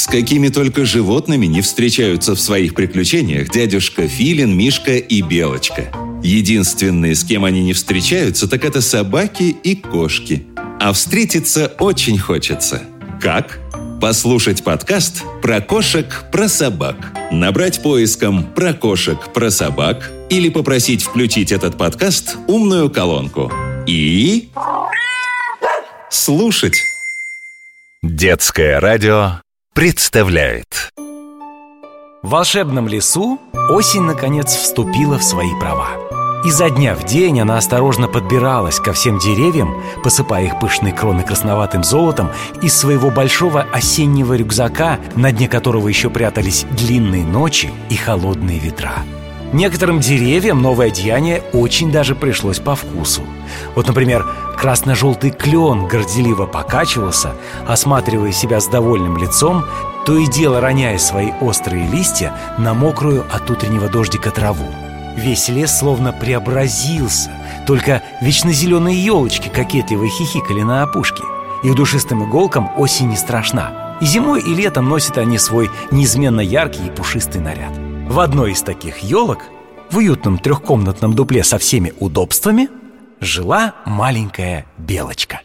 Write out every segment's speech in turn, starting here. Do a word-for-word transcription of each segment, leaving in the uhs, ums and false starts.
С какими только животными не встречаются в своих приключениях дядюшка Филин, Мишка и Белочка. Единственные, с кем они не встречаются, так это собаки и кошки. А встретиться очень хочется. Как? Послушать подкаст про кошек, про собак. Набрать поиском «Про кошек, про собак» или попросить включить этот подкаст умную колонку. И... слушать. Детское радио представляет. В волшебном лесу осень, наконец, вступила в свои права. Изо дня в день она осторожно подбиралась ко всем деревьям, посыпая их пышные кроны красноватым золотом из своего большого осеннего рюкзака, на дне которого еще прятались длинные ночи и холодные ветра. Некоторым деревьям новое одеяние очень даже пришлось по вкусу. Вот, например, красно-желтый клен горделиво покачивался, осматривая себя с довольным лицом, то и дело роняя свои острые листья на мокрую от утреннего дождика траву. Весь лес словно преобразился, только вечно зеленые елочки кокетливо хихикали на опушке. Их душистым иголкам осень не страшна. И зимой, и летом носят они свой неизменно яркий и пушистый наряд. В одной из таких елок, в уютном трехкомнатном дупле со всеми удобствами, жила маленькая Белочка.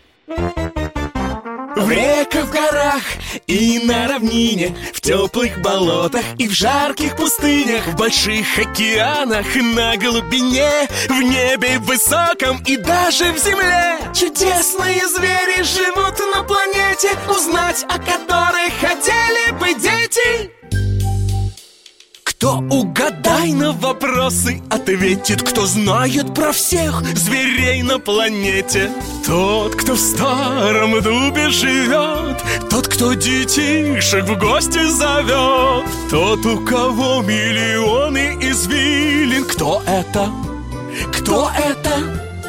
В реках, в горах и на равнине, в теплых болотах и в жарких пустынях, в больших океанах, на глубине, в небе высоком и даже в земле чудесные звери живут на планете, узнать о которых хотели бы дети. Кто угадай на вопросы ответит, кто знает про всех зверей на планете. Тот, кто в старом дубе живет, тот, кто детишек в гости зовет, тот, у кого миллионы извилин. Кто это? Кто это?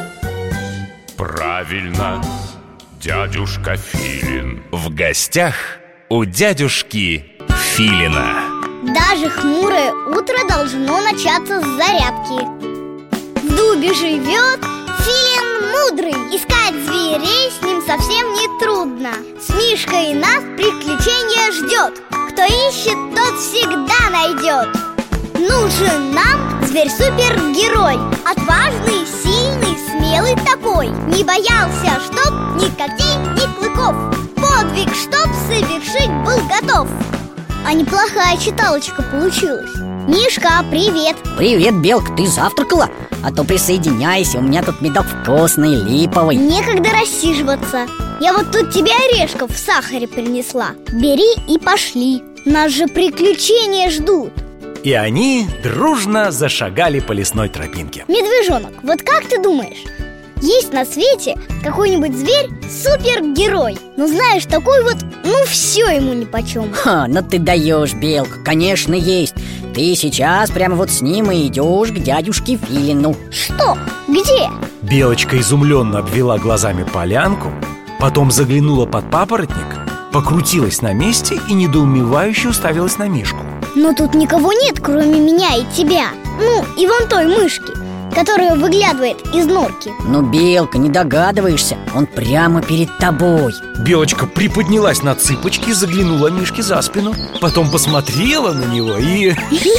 Правильно, дядюшка Филин. В гостях у дядюшки Филина. Даже хмурое утро должно начаться с зарядки. В дубе живет Филин мудрый. Искать зверей с ним совсем не трудно. С Мишкой нас приключения ждет. Кто ищет, тот всегда найдет. Нужен нам зверь-супергерой. Отважный, сильный, смелый такой. Не боялся, чтоб ни когтей, ни клыков. Подвиг, чтоб совершить, был готов. А неплохая читалочка получилась. Мишка, привет. Привет, Белка, ты завтракала? А то присоединяйся, у меня тут медок вкусный, липовый. Некогда рассиживаться. Я вот тут тебе орешков в сахаре принесла. Бери и пошли. Нас же приключения ждут. И они дружно зашагали по лесной тропинке. Медвежонок, вот как ты думаешь, есть на свете какой-нибудь зверь-супергерой? Ну знаешь, такой вот, ну все ему нипочем. Ха, ну ты даешь, Белка, конечно есть. Ты сейчас прямо вот с ним и идешь к дядюшке Филину. Что? Где? Белочка изумленно обвела глазами полянку, потом заглянула под папоротник, покрутилась на месте и недоумевающе уставилась на Мишку. Но тут никого нет, кроме меня и тебя. Ну, и вон той мышки, которая выглядывает из норки. Ну, Белка, не догадываешься, он прямо перед тобой. Белочка приподнялась на цыпочки, заглянула Мишке за спину, потом посмотрела на него и...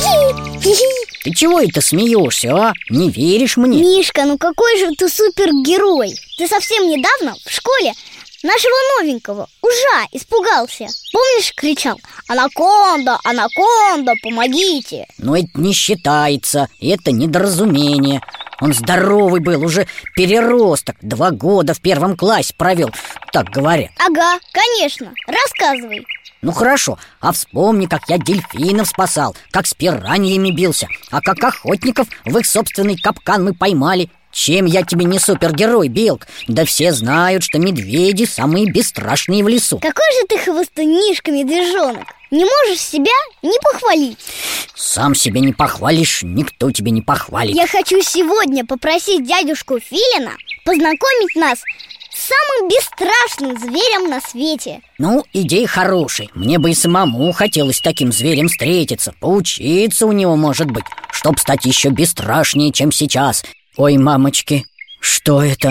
Ты чего это смеешься, а? Не веришь мне? Мишка, ну какой же ты супергерой? Ты совсем недавно в школе нашего новенького ужа испугался. Помнишь, кричал: «Анаконда, анаконда, помогите!» Но это не считается, это недоразумение. Он здоровый был, уже переросток. Два года в первом классе провел, так говорят. Ага, конечно, рассказывай. Ну хорошо, а вспомни, как я дельфинов спасал, как с пираньями бился, а как охотников в их собственный капкан мы поймали. Чем я тебе не супергерой, Белк? Да все знают, что медведи самые бесстрашные в лесу. Какой же ты хвостунишка, медвежонок. Не можешь себя не похвалить. Сам себя не похвалишь, никто тебе не похвалит. Я хочу сегодня попросить дядюшку Филина познакомить нас с самым бесстрашным зверем на свете. Ну, идея хорошая. Мне бы и самому хотелось с таким зверем встретиться, поучиться у него, может быть, чтоб стать еще бесстрашнее, чем сейчас. Ой, мамочки, что это?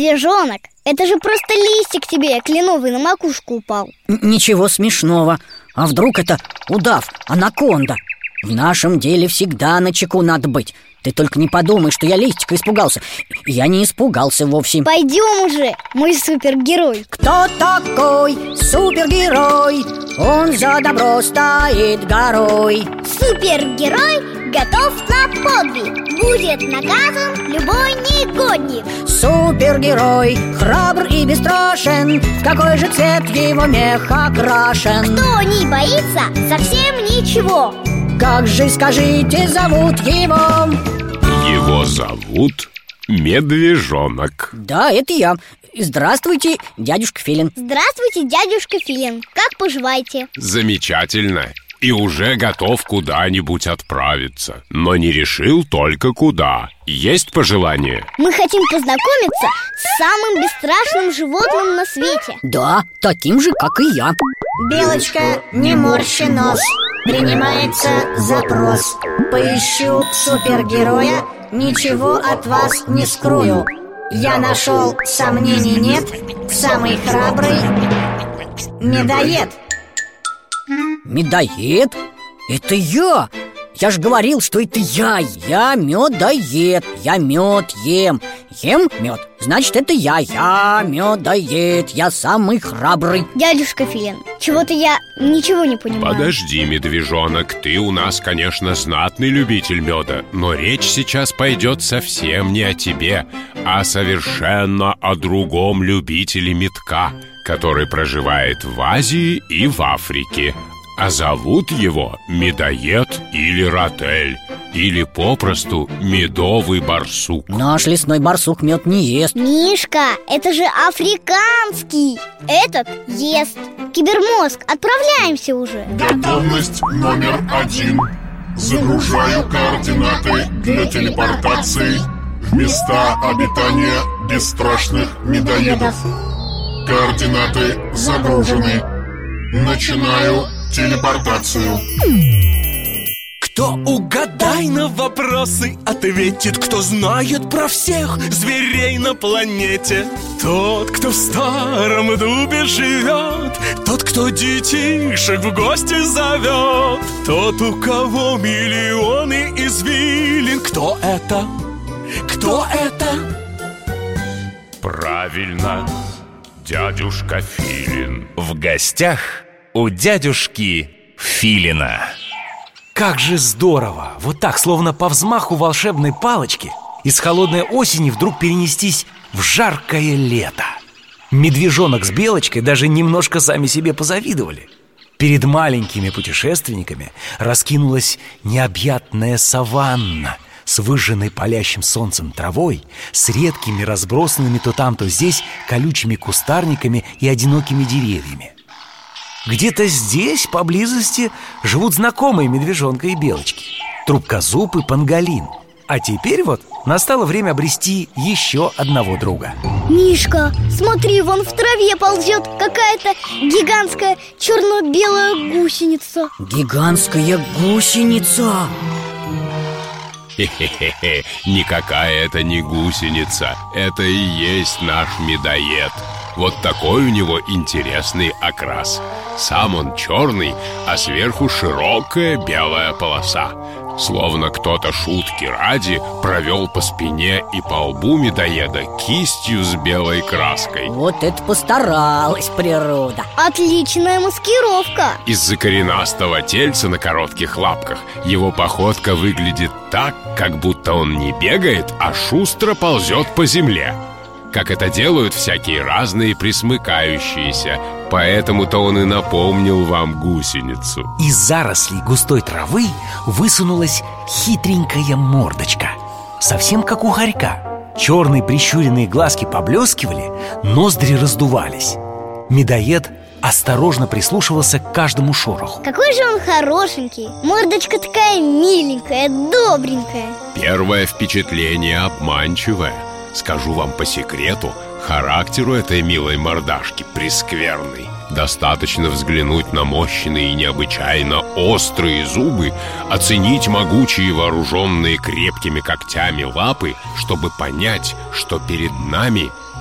Медвежонок, это же просто листик тебе кленовый на макушку упал. Н- Ничего смешного. А вдруг это удав, анаконда? В нашем деле всегда начеку надо быть. Ты только не подумай, что я листика испугался. Я не испугался вовсе. Пойдем уже, мой супергерой. Кто такой супергерой? Он за добро стоит горой. Супергерой готов на подвиг. Будет наказан любой негодник. Супергерой храбр и бесстрашен. В какой же цвет его мех окрашен? Кто не боится, совсем ничего. Как же, скажите, зовут его? Его зовут Медвежонок. Да, это я. Здравствуйте, дядюшка Филин. Здравствуйте, дядюшка Филин. Как поживаете? Замечательно. И уже готов куда-нибудь отправиться. Но не решил только куда. Есть пожелание? Мы хотим познакомиться с самым бесстрашным животным на свете. Да, таким же, как и я. Белочка, не морщи нос. Принимается запрос. Поищу супергероя, ничего от вас не скрою. Я нашел, сомнений нет, самый храбрый медоед. Медоед? Это я! Я же говорил, что это я. Я медоед. Я мед ем. Ем мед. Значит, это я. Я медоед. Я самый храбрый. Дядюшка Филин, чего-то я ничего не понимаю. Подожди, медвежонок, ты у нас, конечно, знатный любитель меда. Но речь сейчас пойдет совсем не о тебе, а совершенно о другом любителе медка, который проживает в Азии и в Африке. А зовут его Медоед или Ротель, или попросту Медовый барсук. Наш лесной барсук мед не ест. Мишка, это же африканский. Этот ест. Кибермозг, отправляемся уже. Готовность номер один. Загружаю координаты для телепортации в места обитания бесстрашных медоедов. Координаты загружены. Начинаю телепортацию. Кто угадай на вопросы ответит, кто знает про всех зверей на планете. Тот, кто в старом дубе живет, тот, кто детишек в гости зовет, тот, у кого миллионы извилин. Кто это? Кто это? Правильно, дядюшка Филин. В гостях у дядюшки Филина. Как же здорово! Вот так, словно по взмаху волшебной палочки, из холодной осени вдруг перенестись в жаркое лето. Медвежонок с Белочкой даже немножко сами себе позавидовали. Перед маленькими путешественниками раскинулась необъятная саванна с выжженной палящим солнцем травой, с редкими разбросанными то там, то здесь колючими кустарниками и одинокими деревьями. Где-то здесь, поблизости, живут знакомые медвежонка и Белочки — трубкозуб и панголин. А теперь вот настало время обрести еще одного друга. Мишка, смотри, вон в траве ползет какая-то гигантская черно-белая гусеница. Гигантская гусеница? Хе-хе-хе, никакая это не гусеница. Это и есть наш медоед. Вот такой у него интересный окрас. Сам он черный, а сверху широкая белая полоса. Словно кто-то шутки ради провел по спине и по лбу медоеда кистью с белой краской. Вот это постаралась природа. Отличная маскировка. Из-за коренастого тельца на коротких лапках его походка выглядит так, как будто он не бегает, а шустро ползет по земле, как это делают всякие разные пресмыкающиеся. Поэтому-то он и напомнил вам гусеницу. Из зарослей густой травы высунулась хитренькая мордочка, совсем как у хорька. Черные прищуренные глазки поблескивали, ноздри раздувались. Медоед осторожно прислушивался к каждому шороху. Какой же он хорошенький. Мордочка такая миленькая, добренькая. Первое впечатление обманчивое. Скажу вам по секрету, характер у этой милой мордашки прескверный. Достаточно взглянуть на мощные и необычайно острые зубы, оценить могучие вооруженные крепкими когтями лапы, чтобы понять, что перед нами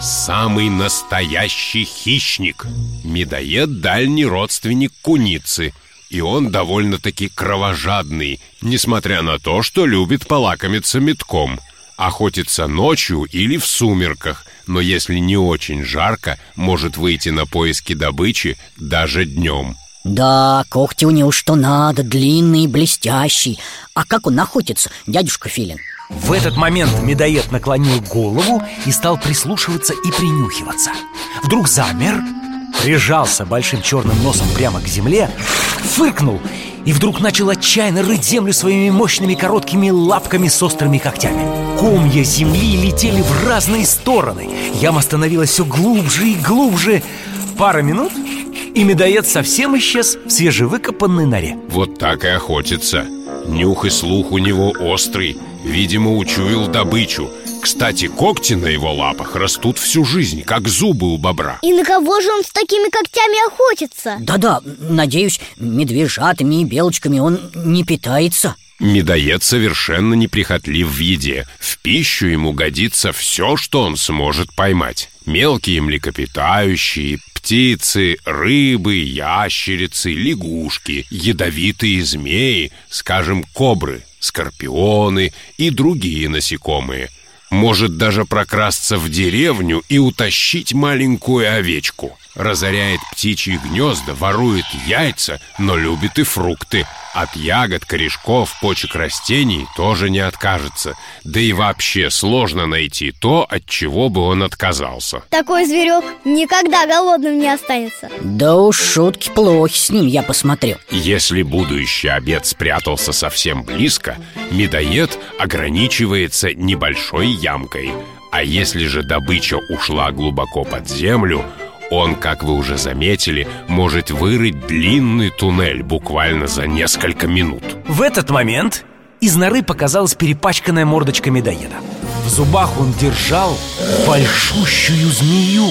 самый настоящий хищник. Медоед – дальний родственник куницы, и он довольно-таки кровожадный, несмотря на то, что любит полакомиться метком. Охотится ночью или в сумерках, но если не очень жарко, может выйти на поиски добычи даже днем. Да, когти у него что надо, длинные, блестящие. А как он охотится, дядюшка Филин? В этот момент медоед наклонил голову и стал прислушиваться и принюхиваться. Вдруг замер, прижался большим черным носом прямо к земле, фыркнул и вдруг начал отчаянно рыть землю своими мощными короткими лапками с острыми когтями. Комья земли летели в разные стороны. Яма становилась все глубже и глубже. Пара минут, и медоед совсем исчез в свежевыкопанной норе. Вот так и охотится. Нюх и слух у него острый. Видимо, учуял добычу. Кстати, когти на его лапах растут всю жизнь, как зубы у бобра. И на кого же он с такими когтями охотится? Да-да, надеюсь, медвежатами и белочками он не питается. Медоед совершенно неприхотлив в еде. В пищу ему годится все, что он сможет поймать. Мелкие млекопитающие, птицы, рыбы, ящерицы, лягушки, ядовитые змеи, скажем, кобры, скорпионы и другие насекомые. Может даже прокрасться в деревню и утащить маленькую овечку. Разоряет птичьи гнезда, ворует яйца, но любит и фрукты. От ягод, корешков, почек растений тоже не откажется. Да и вообще сложно найти то, от чего бы он отказался. Такой зверек никогда голодным не останется. Да уж шутки плохи с ним, я посмотрю. Если будущий обед спрятался совсем близко, медоед ограничивается небольшой ямкой. А если же добыча ушла глубоко под землю, он, как вы уже заметили, может вырыть длинный туннель буквально за несколько минут. В этот момент из норы показалась перепачканная мордочка медоеда. В зубах он держал большущую змею.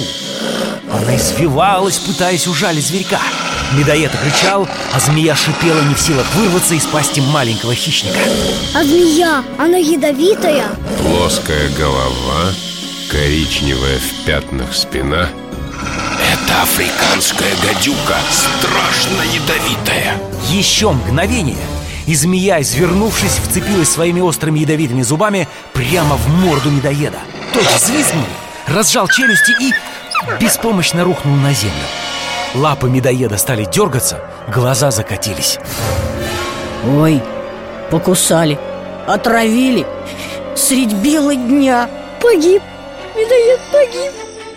Она извивалась, пытаясь ужалить зверька. Медоед кричал, а змея шипела, не в силах вырваться из пасти маленького хищника. А змея, она ядовитая? Плоская голова, коричневая в пятнах спина. Это африканская гадюка, страшно ядовитая. Еще мгновение, и змея, извернувшись, вцепилась своими острыми ядовитыми зубами прямо в морду медоеда. Тот взвизгнул, разжал челюсти и беспомощно рухнул на землю. Лапы медоеда стали дергаться, глаза закатились. Ой, покусали, отравили средь бела дня. Погиб, медоед погиб.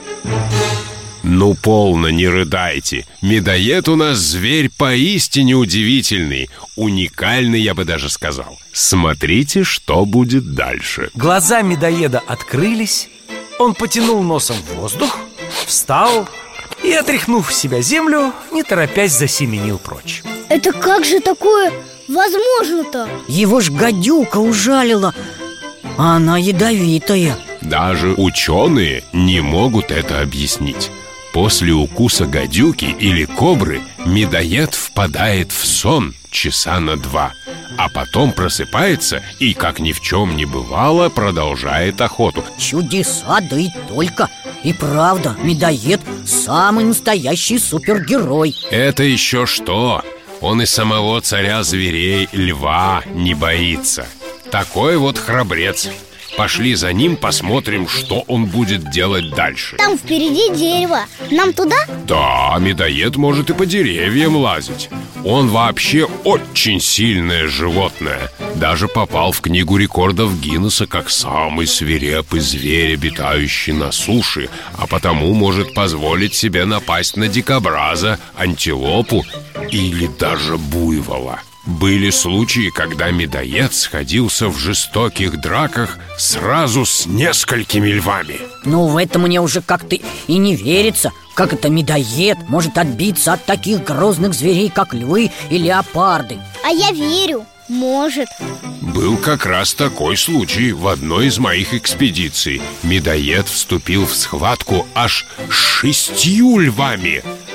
Ну, полно, не рыдайте. Медоед у нас зверь поистине удивительный. Уникальный, я бы даже сказал. Смотрите, что будет дальше. Глаза медоеда открылись. Он потянул носом в воздух, встал и, отряхнув с себя землю, не торопясь засеменил прочь. Это как же такое возможно-то? Его ж гадюка ужалила, а она ядовитая. Даже ученые не могут это объяснить. После укуса гадюки или кобры медоед впадает в сон часа на два, а потом просыпается и, как ни в чем не бывало, продолжает охоту. Чудеса, да и только. И правда, медоед самый настоящий супергерой. Это еще что? Он и самого царя зверей, льва, не боится. Такой вот храбрец. Пошли за ним, посмотрим, что он будет делать дальше. Там впереди дерево. Нам туда? Да, медоед может и по деревьям лазить. Он вообще очень сильное животное. Даже попал в книгу рекордов Гиннесса как самый свирепый зверь, обитающий на суше, а потому может позволить себе напасть на дикобраза, антилопу или даже буйвола. Были случаи, когда медоед сходился в жестоких драках сразу с несколькими львами. Ну, в это мне уже как-то и не верится. Как это медоед может отбиться от таких грозных зверей, как львы и леопарды? А я верю, может. Был как раз такой случай в одной из моих экспедиций. Медоед вступил в схватку аж с шестью львами.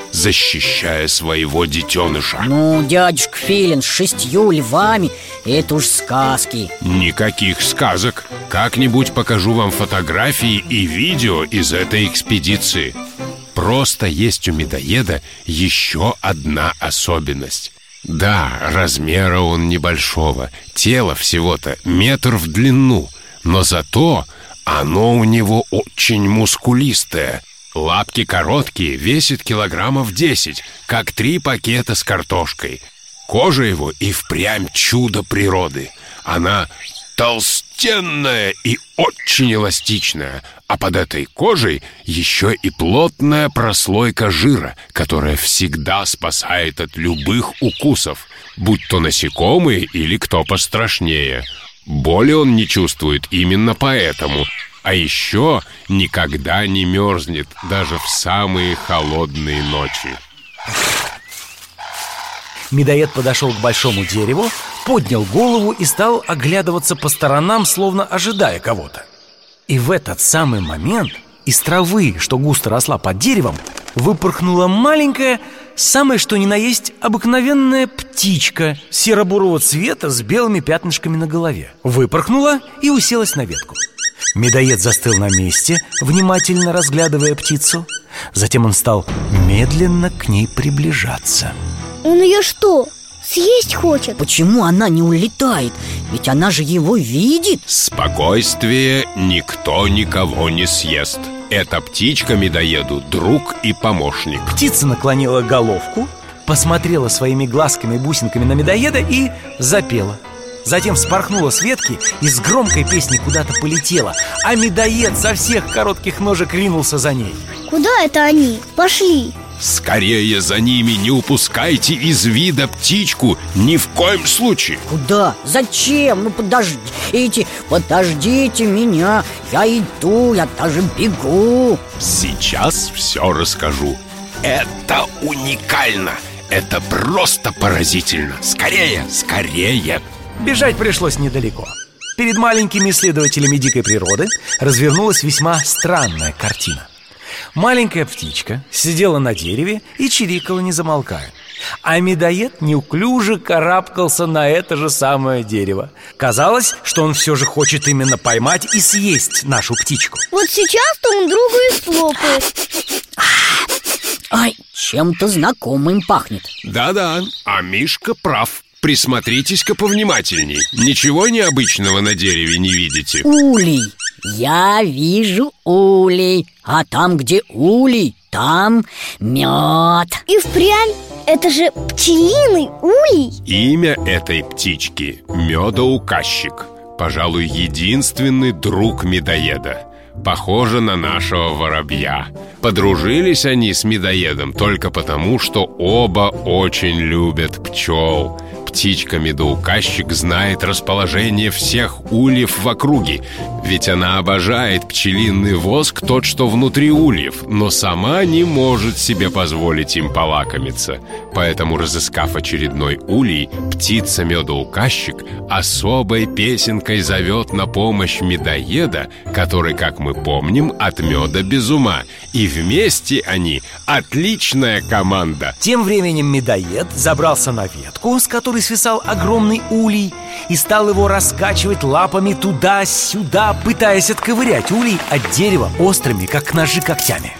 защищая своего детеныша. Ну, дядюшка Филин, с шестью львами — это уж сказки. Никаких сказок. Как-нибудь покажу вам фотографии и видео из этой экспедиции. Просто есть у медоеда еще одна особенность. Да, размера он небольшого, тело всего-то метр в длину, но зато оно у него очень мускулистое. Лапки короткие, весит килограммов десять, как три пакета с картошкой. Кожа его и впрямь чудо природы. Она толстенная и очень эластичная, а под этой кожей еще и плотная прослойка жира, которая всегда спасает от любых укусов, будь то насекомые или кто пострашнее. Боли он не чувствует именно поэтому. А еще никогда не мерзнет, даже в самые холодные ночи. Медоед подошел к большому дереву, поднял голову и стал оглядываться по сторонам, словно ожидая кого-то. И в этот самый момент из травы, что густо росла под деревом, выпорхнула маленькая, самое что ни на есть обыкновенная птичка серо-бурого цвета с белыми пятнышками на голове. Выпорхнула и уселась на ветку. Медоед застыл на месте, внимательно разглядывая птицу. Затем он стал медленно к ней приближаться. Он ее что, съесть хочет? Почему она не улетает? Ведь она же его видит. Спокойствие, никто никого не съест. Эта птичка медоеду друг и помощник. Птица наклонила головку, посмотрела своими глазками-бусинками на медоеда и запела. Затем вспорхнула с ветки и с громкой песней куда-то полетела, а медоед со всех коротких ножек ринулся за ней. Куда это они? Пошли! Скорее за ними, не упускайте из вида птичку, ни в коем случае. Куда? Зачем? Ну подождите, подождите меня. Я иду, я даже бегу. Сейчас все расскажу. Это уникально. Это просто поразительно. Скорее, скорее. Бежать пришлось недалеко. Перед маленькими исследователями дикой природы развернулась весьма странная картина. Маленькая птичка сидела на дереве и чирикала, не замолкая. А медоед неуклюже карабкался на это же самое дерево. Казалось, что он все же хочет именно поймать и съесть нашу птичку. Вот сейчас-то он друга и слопает. Ай, чем-то знакомым пахнет. Да-да, а Мишка прав. Присмотритесь-ка повнимательней. Ничего необычного на дереве не видите? Улей. Я вижу улей. А там, где улей, там мед. И впрямь, это же пчелиный улей. Имя этой птички — медоуказчик. Пожалуй, единственный друг медоеда. Похоже на нашего воробья. Подружились они с медоедом только потому, что оба очень любят пчел. Птичка-медоуказчик знает расположение всех ульев в округе, ведь она обожает пчелиный воск, тот, что внутри ульев, но сама не может себе позволить им полакомиться. Поэтому, разыскав очередной улей, птица-медоуказчик особой песенкой зовет на помощь медоеда, который, как мы помним, от меда без ума. И вместе они отличная команда. Тем временем медоед забрался на ветку, с которой свисал огромный улей, и стал его раскачивать лапами туда-сюда, пытаясь отковырять улей от дерева острыми, как ножи, когтями.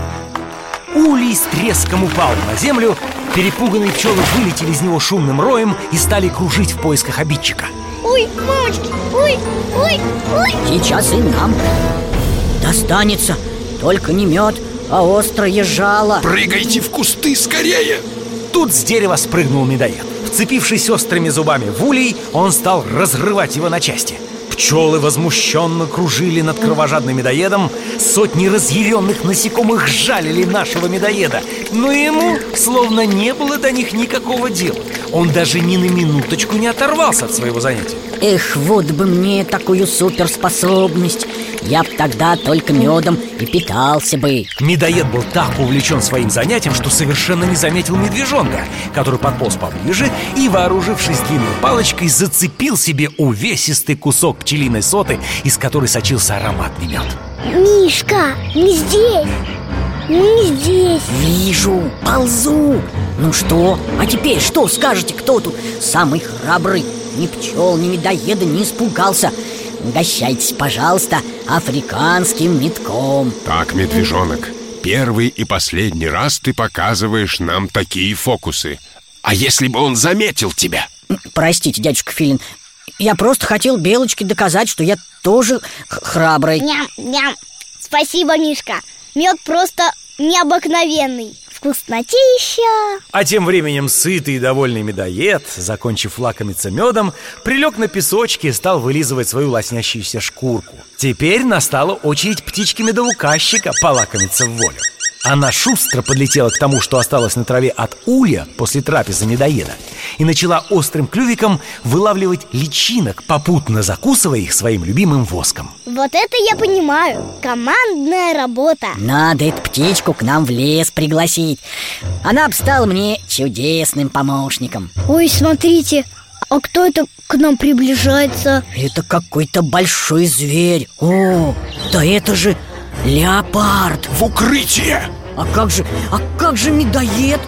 Улей с треском упал на землю. Перепуганные пчелы вылетели из него шумным роем и стали кружить в поисках обидчика. Ой, мамочки, ой, ой, ой. Сейчас и нам достанется. Только не мед, а острое жало. Прыгайте в кусты скорее! Тут с дерева спрыгнул медоед. Вцепившись острыми зубами в улей, он стал разрывать его на части. Пчелы возмущенно кружили над кровожадным медоедом. Сотни разъяренных насекомых жалили нашего медоеда, но ему словно не было до них никакого дела. Он даже ни на минуточку не оторвался от своего занятия. Эх, вот бы мне такую суперспособность. Я б тогда только медом и питался бы. Медоед был так увлечен своим занятием, что совершенно не заметил медвежонка, который подполз поближе и, вооружившись длинной палочкой, зацепил себе увесистый кусок пчелиной соты, из которой сочился ароматный мед. Мишка, не здесь. Не здесь. Вижу, ползу. Ну что, а теперь что скажете, кто тут самый храбрый? Ни пчел, ни медоеда не испугался. Угощайтесь, пожалуйста, африканским метком. Так, медвежонок, первый и последний раз ты показываешь нам такие фокусы. А если бы он заметил тебя? Простите, дядюшка Филин, я просто хотел Белочке доказать, что я тоже храбрый. Ням-ням. Спасибо, Мишка. Мед просто необыкновенный. Вкуснотища. А тем временем сытый и довольный медоед, закончив лакомиться медом, прилег на песочке и стал вылизывать свою лоснящуюся шкурку. Теперь настала очередь птички-медоуказчика полакомиться в волю. Она шустро подлетела к тому, что осталось на траве от улья после трапезы медоеда, и начала острым клювиком вылавливать личинок, попутно закусывая их своим любимым воском. Вот это я понимаю. Командная работа. Надо эту птичку к нам в лес пригласить. Она б стала мне чудесным помощником. Ой, смотрите, а кто это к нам приближается? Это какой-то большой зверь. О, да это же леопард. В укрытие! А как же, а как же медоед?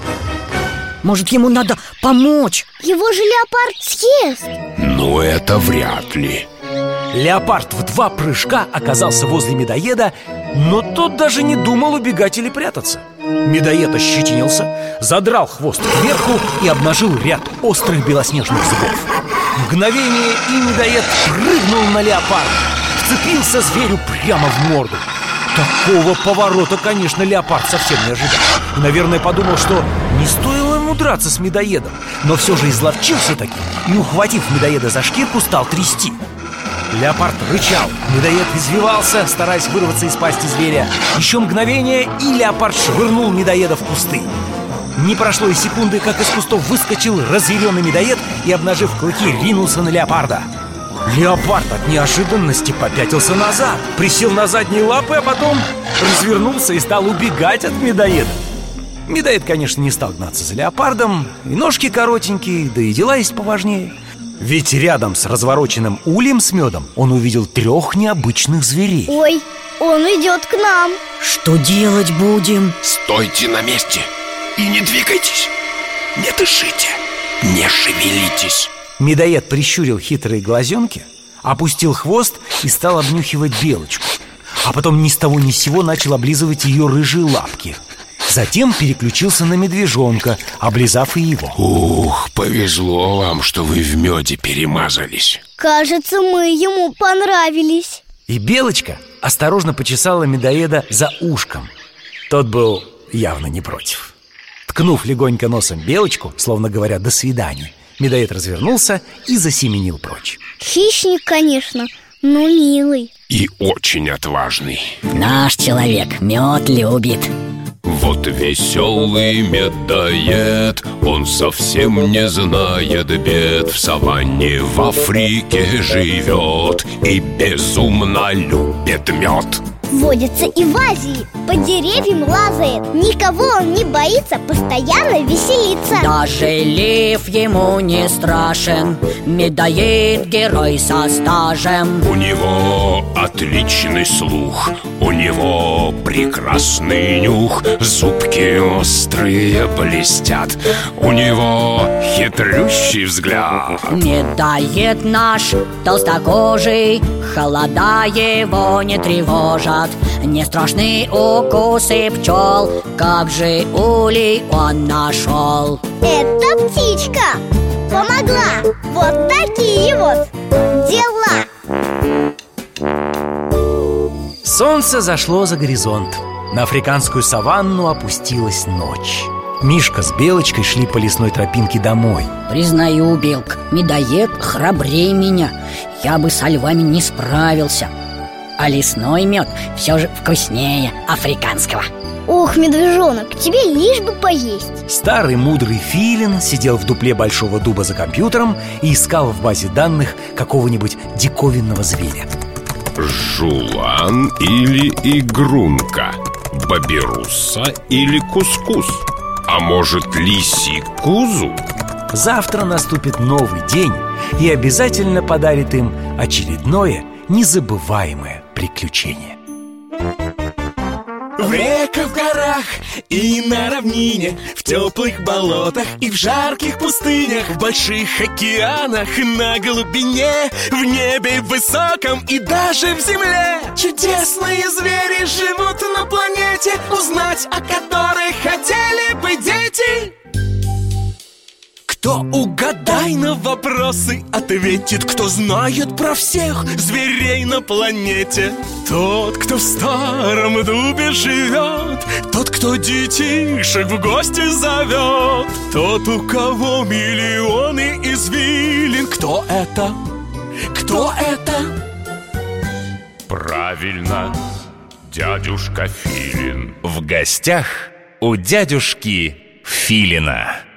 Может, ему надо помочь? Его же леопард съест. Ну, это вряд ли. Леопард в два прыжка оказался возле медоеда, но тот даже не думал убегать или прятаться. Медоед ощетинился, задрал хвост кверху и обнажил ряд острых белоснежных зубов. Мгновение, и медоед прыгнул на леопарда, вцепился зверю прямо в морду. Такого поворота, конечно, леопард совсем не ожидал. И, наверное, подумал, что не стоило ему драться с медоедом, но все же изловчился таки и, ухватив медоеда за шкирку, стал трясти. Леопард рычал, медоед извивался, стараясь вырваться из пасти зверя. Еще мгновение, и леопард швырнул медоеда в кусты. Не прошло и секунды, как из кустов выскочил разъяренный медоед и, обнажив клыки, ринулся на леопарда. Леопард от неожиданности попятился назад, присел на задние лапы, а потом развернулся и стал убегать от медоеда. Медоед, конечно, не стал гнаться за леопардом, и ножки коротенькие, да и дела есть поважнее. Ведь рядом с развороченным ульем с медом он увидел трех необычных зверей. Ой, он идет к нам. Что делать будем? Стойте на месте и не двигайтесь. Не дышите, не шевелитесь. Медоед прищурил хитрые глазенки, опустил хвост и стал обнюхивать Белочку. А потом ни с того ни с сего начал облизывать ее рыжие лапки. Затем переключился на медвежонка, облизав и его. Ух, повезло вам, что вы в меде перемазались. Кажется, мы ему понравились. И Белочка осторожно почесала медоеда за ушком. Тот был явно не против. Ткнув легонько носом Белочку, словно говоря «до свидания», медоед развернулся и засеменил прочь. Хищник, конечно, но милый. И очень отважный. Наш человек мед любит. Вот веселый медоед, он совсем не знает бед. В саванне в Африке живет и безумно любит мед. Водится и в Азии, по деревьям лазает. Никого он не боится, постоянно веселится. Даже лев ему не страшен, медоед герой со стажем. У него отличный слух, у него прекрасный нюх. Зубки острые блестят, у него хитрющий взгляд. Медоед наш толстокожий, холода его не тревожат. Не страшны укусы пчел, как же улей он нашел. Эта птичка помогла. Вот такие вот дела. Солнце зашло за горизонт. На африканскую саванну опустилась ночь. Мишка с Белочкой шли по лесной тропинке домой. Признаю, Белк, медоед храбрее меня. Я бы со львами не справился. А лесной мед все же вкуснее африканского. Ох, медвежонок, тебе лишь бы поесть. Старый мудрый филин сидел в дупле большого дуба за компьютером и искал в базе данных какого-нибудь диковинного зверя. Жулан или игрунка, бабируса или кускус, а может лисий кузу? Завтра наступит новый день и обязательно подарит им очередное незабываемое приключение. В В реках, в горах и на равнине, в теплых болотах и в жарких пустынях, в больших океанах, на глубине, в небе высоком и даже в земле. Чудесные звери живут на планете, узнать о которой хотели бы дети. Кто угадай на вопросы ответит, кто знает про всех зверей на планете. Тот, кто в старом дубе живет, тот, кто детишек в гости зовет, тот, у кого миллионы извилин. Кто это? Кто это? Правильно, дядюшка Филин. В гостях у дядюшки Филина.